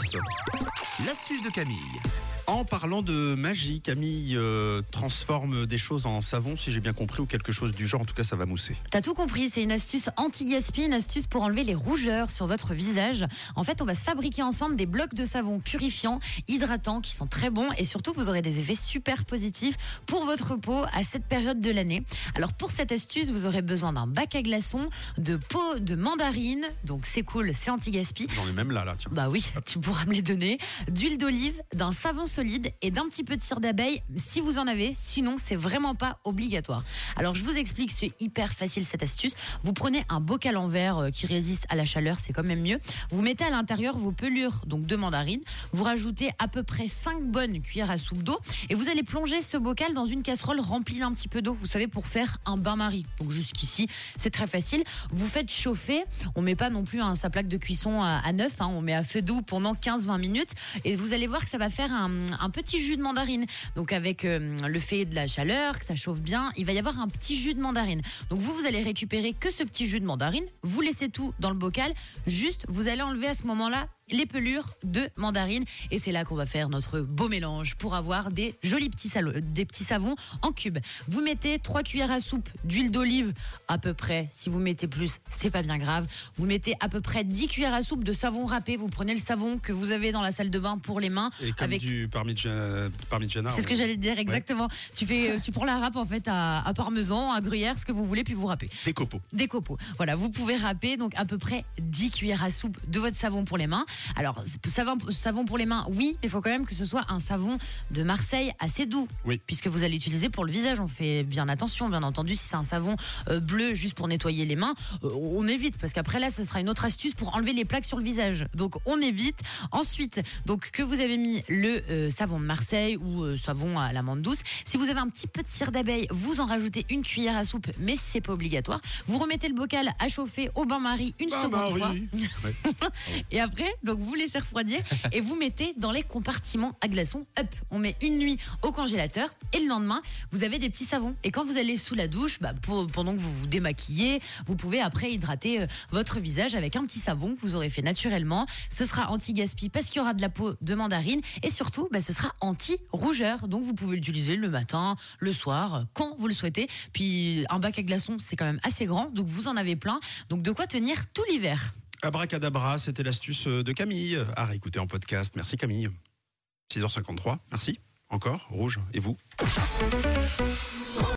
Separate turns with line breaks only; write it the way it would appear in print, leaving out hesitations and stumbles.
tous. L'astuce de Camille.
En parlant de magie, Camille transforme des choses en savon, si j'ai bien compris, ou quelque chose du genre. En tout cas, ça va mousser.
T'as tout compris, c'est une astuce anti-gaspi, une astuce pour enlever les rougeurs sur votre visage. En fait, on va se fabriquer ensemble des blocs de savon purifiants, hydratants, qui sont très bons et surtout, vous aurez des effets super positifs pour votre peau à cette période de l'année. Alors, pour cette astuce, vous aurez besoin d'un bac à glaçons, de peau de mandarine, donc c'est cool, c'est anti-gaspi.
J'en ai même là, tiens.
Bah oui, tu pourras me les donner. D'huile d'olive, d'un savon solide et d'un petit peu de cire d'abeille si vous en avez. Sinon, c'est vraiment pas obligatoire. Alors, je vous explique, c'est hyper facile cette astuce. Vous prenez un bocal en verre qui résiste à la chaleur, c'est quand même mieux. Vous mettez à l'intérieur vos pelures, donc de mandarine. Vous rajoutez à peu près 5 bonnes cuillères à soupe d'eau et vous allez plonger ce bocal dans une casserole remplie d'un petit peu d'eau. Vous savez, pour faire un bain-marie. Donc jusqu'ici, c'est très facile. Vous faites chauffer. On met pas non plus sa plaque de cuisson à 9. On met à feu doux pendant 15-20 minutes et vous allez voir que ça va faire un petit jus de mandarine. Donc avec le fait de la chaleur, que ça chauffe bien, il va y avoir un petit jus de mandarine. Donc vous allez récupérer que ce petit jus de mandarine, vous laissez tout dans le bocal, juste vous allez enlever à ce moment-là les pelures de mandarine et c'est là qu'on va faire notre beau mélange pour avoir des jolis petits savons en cubes. Vous mettez 3 cuillères à soupe d'huile d'olive à peu près, si vous mettez plus, c'est pas bien grave. Vous mettez à peu près 10 cuillères à soupe de savon râpé, vous prenez le savon que vous avez dans la salle de bain pour les mains.
Et comme
avec
du parmigiana.
C'est ce que j'allais te dire exactement. Ouais. Tu prends la râpe en fait à parmesan, à gruyère, ce que vous voulez, puis vous râpez.
Des copeaux.
Voilà, vous pouvez râper donc à peu près 10 cuillères à soupe de votre savon pour les mains. Alors, savon pour les mains, oui, mais il faut quand même que ce soit un savon de Marseille assez doux.
Oui.
Puisque vous allez l'utiliser pour le visage. On fait bien attention, bien entendu. Si c'est un savon bleu juste pour nettoyer les mains, on évite. Parce qu'après là, ce sera une autre astuce pour enlever les plaques sur le visage. Donc, on évite. Ensuite, donc que vous avez mis le savon de Marseille ou savon à l'amande douce. Si vous avez un petit peu de cire d'abeille, vous en rajoutez une cuillère à soupe, mais c'est pas obligatoire. Vous remettez le bocal à chauffer au bain-marie une seconde fois.
Ouais.
Et après, donc vous laissez refroidir et vous mettez dans les compartiments à glaçons. Hop, on met une nuit au congélateur et le lendemain, vous avez des petits savons. Et quand vous allez sous la douche, pendant que vous vous démaquillez, vous pouvez après hydrater votre visage avec un petit savon que vous aurez fait naturellement. Ce sera anti-gaspi parce qu'il y aura de la peau de mandarine et surtout, ce sera anti-rougeur. Donc vous pouvez l'utiliser le matin, le soir, quand vous le souhaitez. Puis un bac à glaçons, c'est quand même assez grand, donc vous en avez plein. Donc de quoi tenir tout l'hiver.
Abracadabra, c'était l'astuce de Camille. À réécouter en podcast. Merci Camille. 6h53, merci. Encore, Rouge, et vous ?